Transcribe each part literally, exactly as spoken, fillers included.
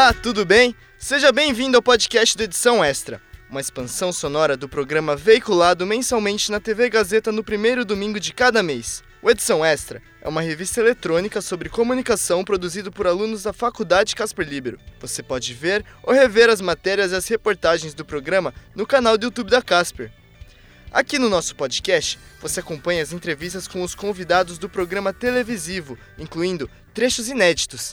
Olá, tudo bem? Seja bem-vindo ao podcast do Edição Extra, uma expansão sonora do programa veiculado mensalmente na T V Gazeta no primeiro domingo de cada mês. O Edição Extra é uma revista eletrônica sobre comunicação produzido por alunos da Faculdade Casper Libero. Você pode ver ou rever as matérias e as reportagens do programa no canal do YouTube da Casper. Aqui no nosso podcast, você acompanha as entrevistas com os convidados do programa televisivo, incluindo trechos inéditos.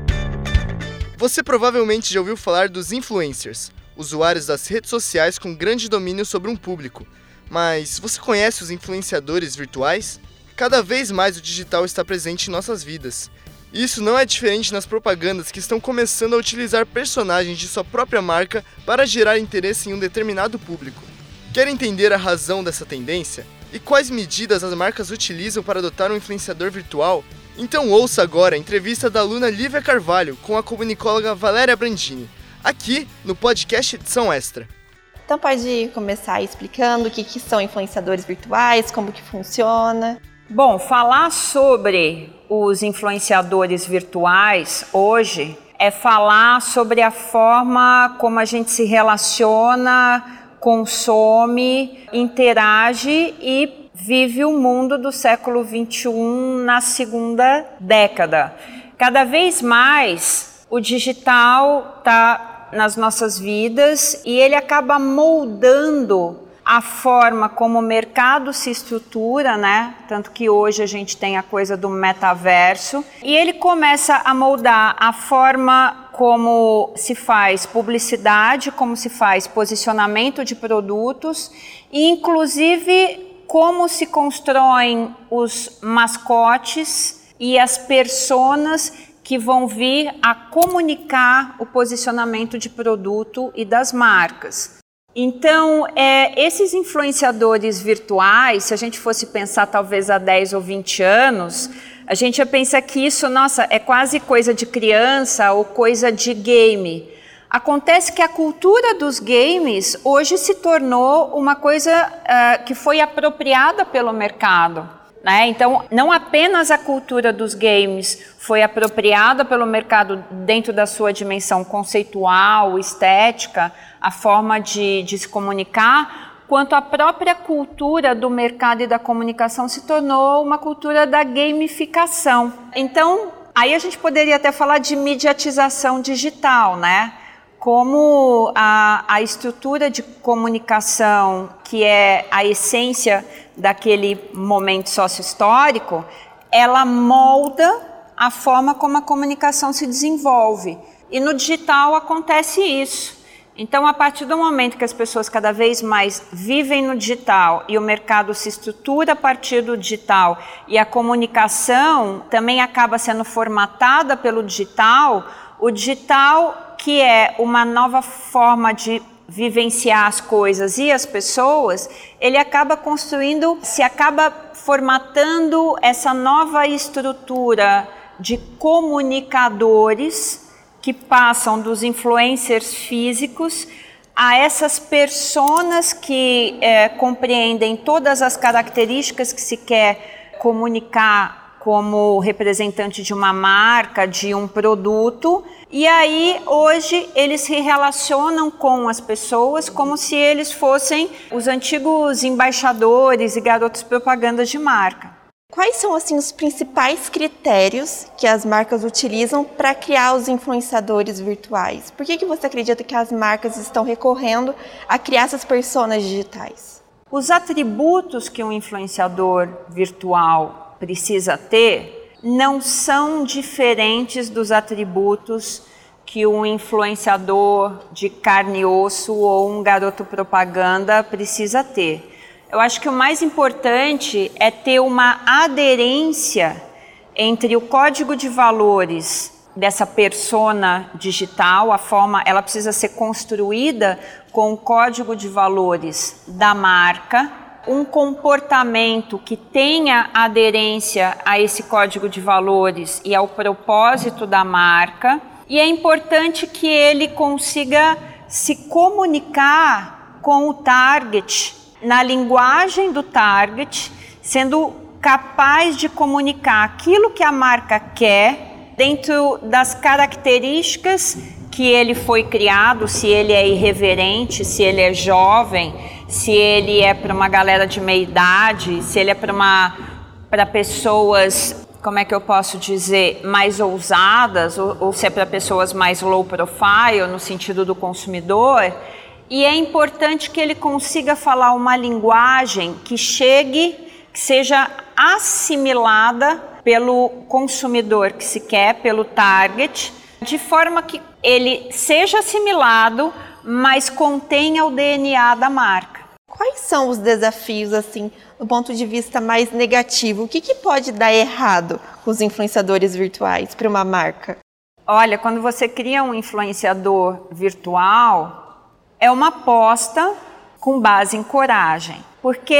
Você provavelmente já ouviu falar dos influencers, usuários das redes sociais com grande domínio sobre um público. Mas você conhece os influenciadores virtuais? Cada vez mais o digital está presente em nossas vidas. Isso não é diferente nas propagandas que estão começando a utilizar personagens de sua própria marca para gerar interesse em um determinado público. Quer entender a razão dessa tendência? E quais medidas as marcas utilizam para adotar um influenciador virtual? Então ouça agora a entrevista da aluna Lívia Carvalho com a comunicóloga Valéria Brandini, aqui no podcast Edição Extra. Então pode começar explicando o que, que são influenciadores virtuais, como que funciona. Bom, falar sobre os influenciadores virtuais hoje é falar sobre a forma como a gente se relaciona, consome, interage e vive o mundo do século vinte e um na segunda década. Cada vez mais o digital está nas nossas vidas e ele acaba moldando a forma como o mercado se estrutura, né? Tanto que hoje a gente tem a coisa do metaverso. E ele começa a moldar a forma como se faz publicidade, como se faz posicionamento de produtos e, inclusive, como se constroem os mascotes e as personas que vão vir a comunicar o posicionamento de produto e das marcas. Então, é, esses influenciadores virtuais, se a gente fosse pensar talvez há dez ou vinte anos, a gente ia pensar que isso, nossa, é quase coisa de criança ou coisa de game. Acontece que a cultura dos games hoje se tornou uma coisa uh, que foi apropriada pelo mercado, né? Então, não apenas a cultura dos games foi apropriada pelo mercado dentro da sua dimensão conceitual, estética, a forma de, de se comunicar, quanto a própria cultura do mercado e da comunicação se tornou uma cultura da gamificação. Então, aí a gente poderia até falar de mediatização digital, né? Como a, a estrutura de comunicação, que é a essência daquele momento sócio-histórico, ela molda a forma como a comunicação se desenvolve. E no digital acontece isso. Então, a partir do momento que as pessoas cada vez mais vivem no digital e o mercado se estrutura a partir do digital e a comunicação também acaba sendo formatada pelo digital, o digital, que é uma nova forma de vivenciar as coisas e as pessoas, ele acaba construindo, se acaba formatando essa nova estrutura de comunicadores que passam dos influencers físicos a essas personas que é, compreendem todas as características que se quer comunicar como representante de uma marca, de um produto, e aí hoje eles se relacionam com as pessoas como se eles fossem os antigos embaixadores e garotos propagandas de marca. Quais são assim os principais critérios que as marcas utilizam para criar os influenciadores virtuais? Por que que você acredita que as marcas estão recorrendo a criar essas personas digitais? Os atributos que um influenciador virtual precisa ter não são diferentes dos atributos que um influenciador de carne e osso ou um garoto propaganda precisa ter. Eu acho que o mais importante é ter uma aderência entre o código de valores dessa persona digital, a forma, ela precisa ser construída com o código de valores da marca, um comportamento que tenha aderência a esse código de valores e ao propósito da marca, e é importante que ele consiga se comunicar com o target, na linguagem do target, sendo capaz de comunicar aquilo que a marca quer dentro das características que ele foi criado, se ele é irreverente, se ele é jovem, se ele é para uma galera de meia idade, se ele é para uma para pessoas, como é que eu posso dizer, mais ousadas, ou, ou se é para pessoas mais low profile, no sentido do consumidor. E é importante que ele consiga falar uma linguagem que chegue, que seja assimilada pelo consumidor que se quer, pelo target, de forma que ele seja assimilado, mas contenha o D N A da marca. Quais são os desafios, assim, do ponto de vista mais negativo? O que, que pode dar errado com os influenciadores virtuais para uma marca? Olha, quando você cria um influenciador virtual, é uma aposta com base em coragem. Porque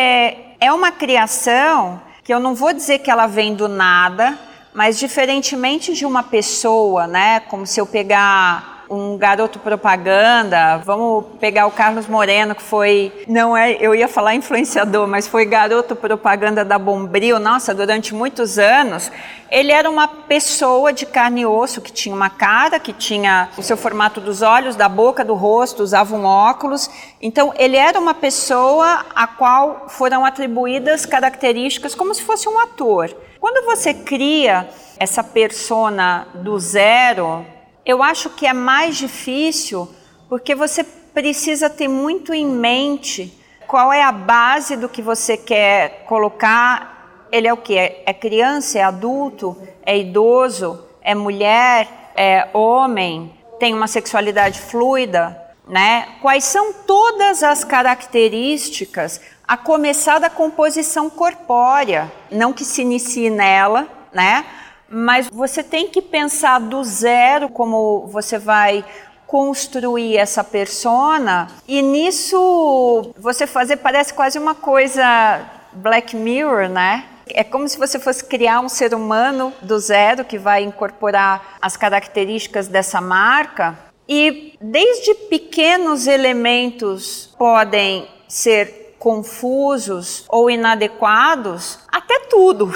é uma criação que eu não vou dizer que ela vem do nada, mas diferentemente de uma pessoa, né? Como se eu pegar um garoto propaganda, vamos pegar o Carlos Moreno, que foi, não é, eu ia falar influenciador, mas foi garoto propaganda da Bombril, nossa, durante muitos anos. Ele era uma pessoa de carne e osso, que tinha uma cara, que tinha o seu formato dos olhos, da boca, do rosto, usava um óculos. Então, ele era uma pessoa a qual foram atribuídas características como se fosse um ator. Quando você cria essa persona do zero, eu acho que é mais difícil porque você precisa ter muito em mente qual é a base do que você quer colocar. Ele é o quê? É criança, é adulto, é idoso, é mulher, é homem, tem uma sexualidade fluida, né? Quais são todas as características, a começar da composição corpórea, não que se inicie nela, né? Mas você tem que pensar do zero como você vai construir essa persona, e nisso você fazer, parece quase uma coisa Black Mirror, né? É como se você fosse criar um ser humano do zero que vai incorporar as características dessa marca, e desde pequenos elementos podem ser confusos ou inadequados, até tudo,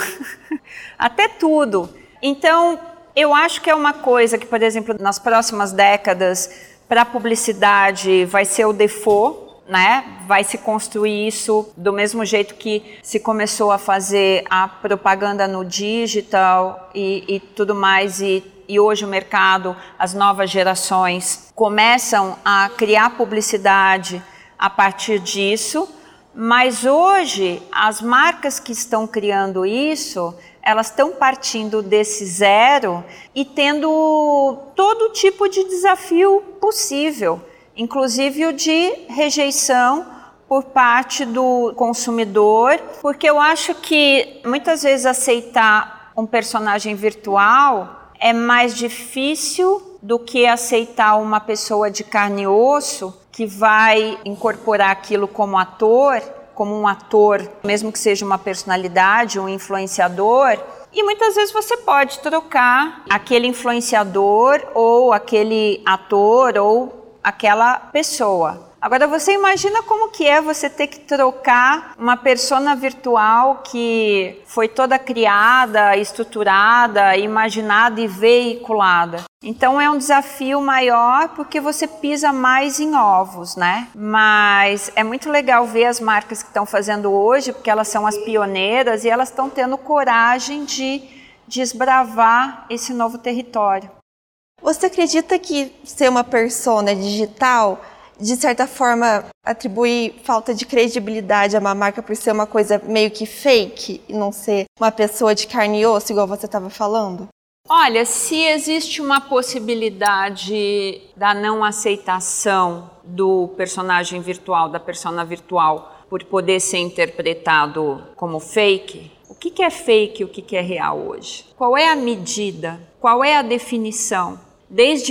até tudo. Então, eu acho que é uma coisa que, por exemplo, nas próximas décadas, para a publicidade vai ser o default, né? Vai se construir isso do mesmo jeito que se começou a fazer a propaganda no digital e, e tudo mais, e, e hoje o mercado, as novas gerações começam a criar publicidade a partir disso, mas hoje as marcas que estão criando isso, elas estão partindo desse zero e tendo todo tipo de desafio possível, inclusive o de rejeição por parte do consumidor, porque eu acho que muitas vezes aceitar um personagem virtual é mais difícil do que aceitar uma pessoa de carne e osso que vai incorporar aquilo como ator, como um ator, mesmo que seja uma personalidade, um influenciador. E muitas vezes você pode trocar aquele influenciador ou aquele ator ou aquela pessoa. Agora você imagina como que é você ter que trocar uma persona virtual que foi toda criada, estruturada, imaginada e veiculada. Então é um desafio maior porque você pisa mais em ovos, né? Mas é muito legal ver as marcas que estão fazendo hoje, porque elas são as pioneiras e elas estão tendo coragem de desbravar esse novo território. Você acredita que ser uma persona digital, de certa forma, atribui falta de credibilidade a uma marca por ser uma coisa meio que fake e não ser uma pessoa de carne e osso, igual você estava falando? Olha, se existe uma possibilidade da não aceitação do personagem virtual, da persona virtual, por poder ser interpretado como fake, o que que é fake e o que que é real hoje? Qual é a medida? Qual é a definição? Desde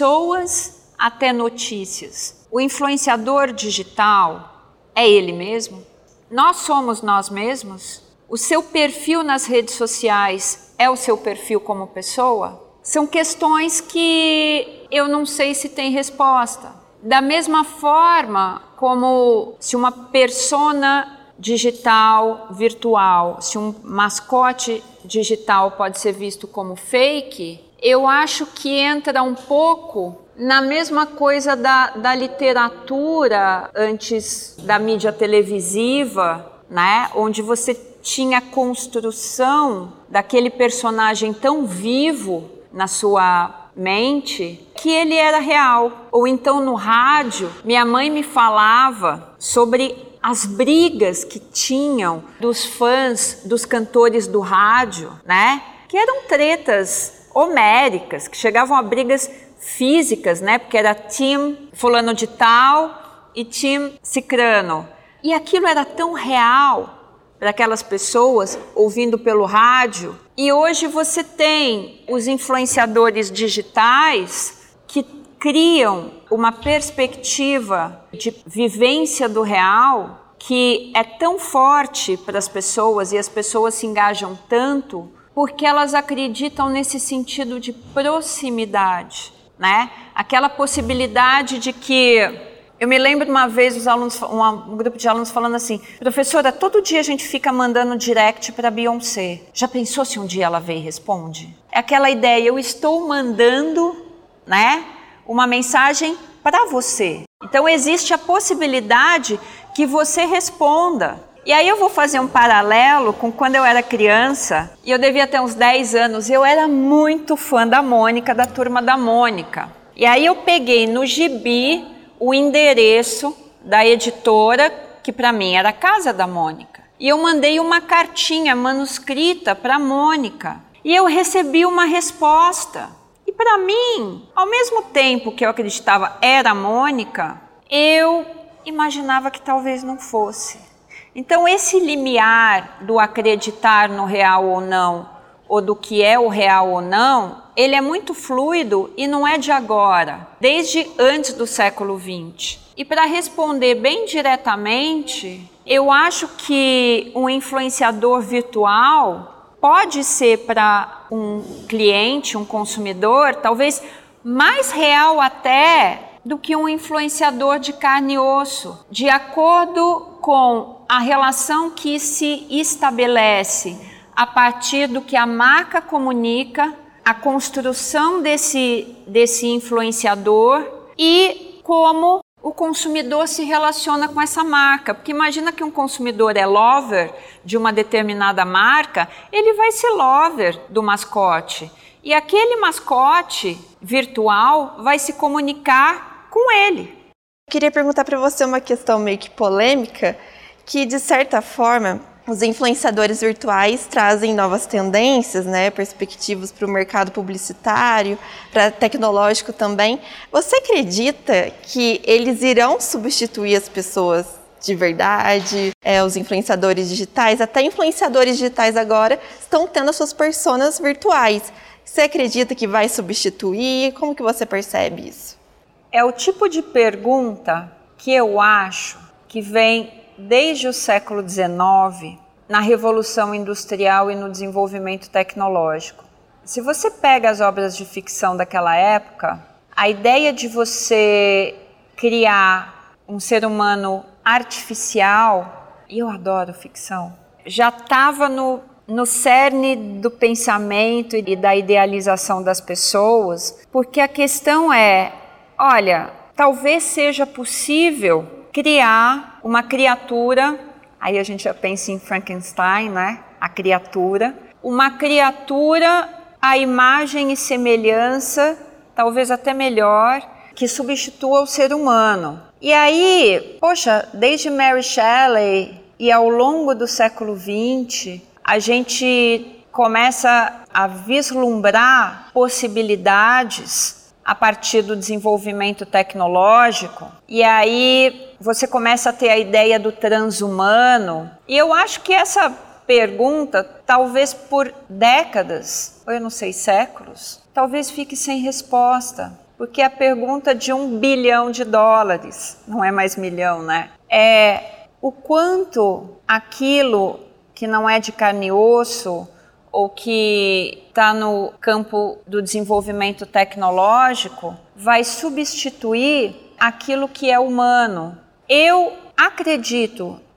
pessoas até notícias. O influenciador digital é ele mesmo? Nós somos nós mesmos? O seu perfil nas redes sociais é o seu perfil como pessoa? São questões que eu não sei se tem resposta. Da mesma forma como se uma persona digital, virtual, se um mascote digital pode ser visto como fake, eu acho que entra um pouco Na mesma coisa da, da literatura antes da mídia televisiva, né? Onde você tinha a construção daquele personagem tão vivo na sua mente que ele era real. Ou então no rádio, minha mãe me falava sobre as brigas que tinham dos fãs dos cantores do rádio, né? Que eram tretas homéricas, que chegavam a brigas físicas, né? Porque era time fulano de tal e time cicrano. E aquilo era tão real para aquelas pessoas ouvindo pelo rádio. E hoje você tem os influenciadores digitais que criam uma perspectiva de vivência do real que é tão forte para as pessoas e as pessoas se engajam tanto porque elas acreditam nesse sentido de proximidade, né? Aquela possibilidade de que... Eu me lembro de uma vez os alunos, um, um grupo de alunos falando assim, professora, todo dia a gente fica mandando direct para Beyoncé. Já pensou se um dia ela vem e responde? É aquela ideia, eu estou mandando, né, uma mensagem para você. Então existe a possibilidade que você responda. E aí eu vou fazer um paralelo com quando eu era criança, e eu devia ter uns dez anos, eu era muito fã da Mônica, da Turma da Mônica. E aí eu peguei no gibi o endereço da editora, que para mim era a casa da Mônica. E eu mandei uma cartinha manuscrita para a Mônica. E eu recebi uma resposta. E para mim, ao mesmo tempo que eu acreditava era a Mônica, eu imaginava que talvez não fosse. Então esse limiar do acreditar no real ou não, ou do que é o real ou não, ele é muito fluido e não é de agora, desde antes do século vinte. E para responder bem diretamente, eu acho que um influenciador virtual pode ser para um cliente, um consumidor, talvez mais real até do que um influenciador de carne e osso, de acordo com a relação que se estabelece a partir do que a marca comunica, a construção desse, desse influenciador e como o consumidor se relaciona com essa marca. Porque imagina que um consumidor é lover de uma determinada marca, ele vai ser lover do mascote. E aquele mascote virtual vai se comunicar com ele. Eu queria perguntar para você uma questão meio que polêmica, que de certa forma os influenciadores virtuais trazem novas tendências, né, perspectivas para o mercado publicitário, para tecnológico também. Você acredita que eles irão substituir as pessoas de verdade, é, os influenciadores digitais? Até influenciadores digitais agora estão tendo as suas personas virtuais. Você acredita que vai substituir? Como que você percebe isso? É o tipo de pergunta que eu acho que vem desde o século dezenove, na Revolução Industrial e no desenvolvimento tecnológico. Se você pega as obras de ficção daquela época, a ideia de você criar um ser humano artificial, e eu adoro ficção, já estava no, no cerne do pensamento e da idealização das pessoas, porque a questão é, olha, talvez seja possível criar uma criatura, aí a gente já pensa em Frankenstein, né? A criatura, uma criatura à imagem e semelhança, talvez até melhor, que substitua o ser humano. E aí, poxa, desde Mary Shelley e ao longo do século vinte, a gente começa a vislumbrar possibilidades a partir do desenvolvimento tecnológico, e aí você começa a ter a ideia do transhumano. E eu acho que essa pergunta, talvez por décadas, ou eu não sei, séculos, talvez fique sem resposta, porque é a pergunta de um bilhão de dólares, não é mais milhão, né? É o quanto aquilo que não é de carne e osso, ou que está no campo do desenvolvimento tecnológico, vai substituir aquilo que é humano. Eu acredito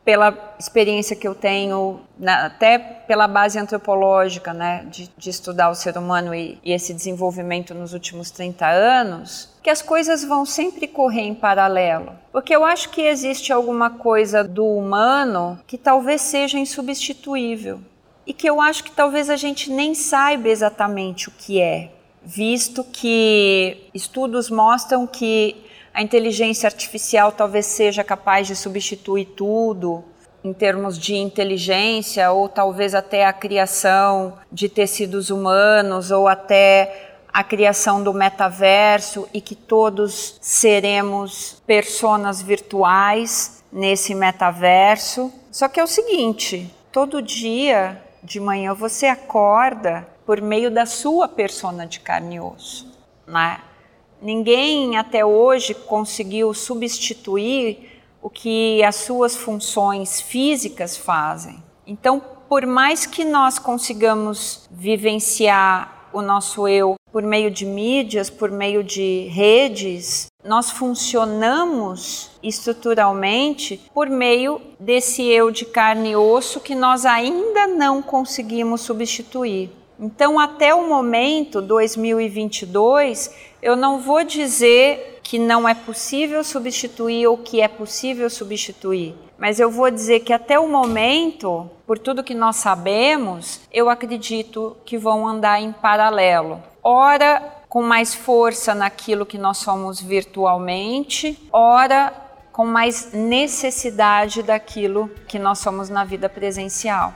pela experiência que eu tenho, na, até pela base antropológica, né, de, de estudar o ser humano e, e esse desenvolvimento nos últimos trinta anos, que as coisas vão sempre correr em paralelo. Porque eu acho que existe alguma coisa do humano que talvez seja insubstituível e que eu acho que talvez a gente nem saiba exatamente o que é, visto que estudos mostram que a inteligência artificial talvez seja capaz de substituir tudo em termos de inteligência, ou talvez até a criação de tecidos humanos, ou até a criação do metaverso, e que todos seremos personas virtuais nesse metaverso. Só que é o seguinte, todo dia de manhã você acorda por meio da sua persona de carne e osso, né? Ninguém até hoje conseguiu substituir o que as suas funções físicas fazem. Então, por mais que nós consigamos vivenciar o nosso eu por meio de mídias, por meio de redes, nós funcionamos estruturalmente por meio desse eu de carne e osso que nós ainda não conseguimos substituir. Então, até o momento, dois mil e vinte e dois, eu não vou dizer que não é possível substituir ou que é possível substituir, mas eu vou dizer que até o momento, por tudo que nós sabemos, eu acredito que vão andar em paralelo. Ora com mais força naquilo que nós somos virtualmente, ora com mais necessidade daquilo que nós somos na vida presencial.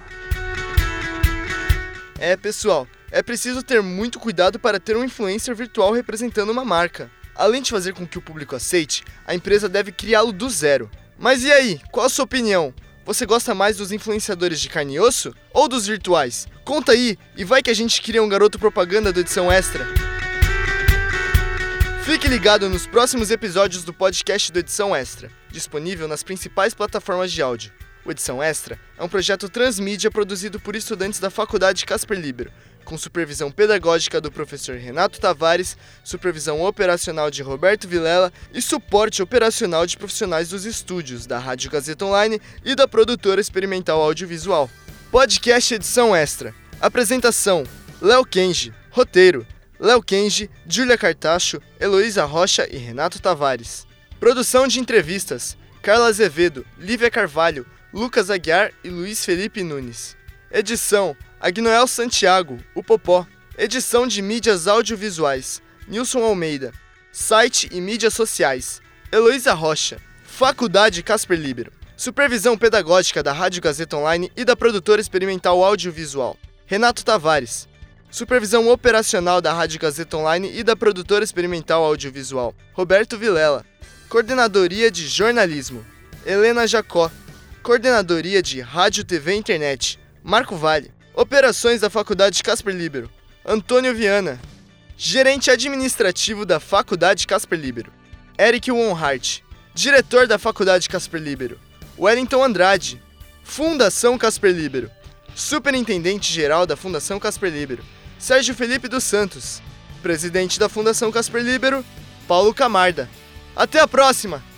É, pessoal, é preciso ter muito cuidado para ter um influencer virtual representando uma marca. Além de fazer com que o público aceite, a empresa deve criá-lo do zero. Mas e aí, qual a sua opinião? Você gosta mais dos influenciadores de carne e osso ou dos virtuais? Conta aí e vai que a gente cria um garoto propaganda do Edição Extra. Fique ligado nos próximos episódios do podcast do Edição Extra, disponível nas principais plataformas de áudio. O Edição Extra é um projeto transmídia produzido por estudantes da Faculdade Casper Libero, com supervisão pedagógica do professor Renato Tavares, supervisão operacional de Roberto Vilela e suporte operacional de profissionais dos estúdios da Rádio Gazeta Online e da produtora experimental audiovisual. Podcast Edição Extra. Apresentação: Léo Kenji. Roteiro: Léo Kenji, Júlia Cartacho, Heloísa Rocha e Renato Tavares. Produção de entrevistas: Carla Azevedo, Lívia Carvalho, Lucas Aguiar e Luiz Felipe Nunes. Edição: Agnoel Santiago, o Popó. Edição de mídias audiovisuais: Nilson Almeida. Site e mídias sociais: Heloísa Rocha. Faculdade Casper Libero. Supervisão pedagógica da Rádio Gazeta Online e da produtora experimental audiovisual: Renato Tavares. Supervisão operacional da Rádio Gazeta Online e da produtora experimental audiovisual: Roberto Vilela. Coordenadoria de jornalismo: Helena Jacó. Coordenadoria de Rádio, T V e Internet: Marco Vale. Operações da Faculdade Casper Libero: Antônio Viana. Gerente administrativo da Faculdade Casper Libero: Eric Wonhart. Diretor da Faculdade Casper Libero: Wellington Andrade. Fundação Casper Libero: Superintendente-geral da Fundação Casper Libero: Sérgio Felipe dos Santos. Presidente da Fundação Casper Libero: Paulo Camarda. Até a próxima!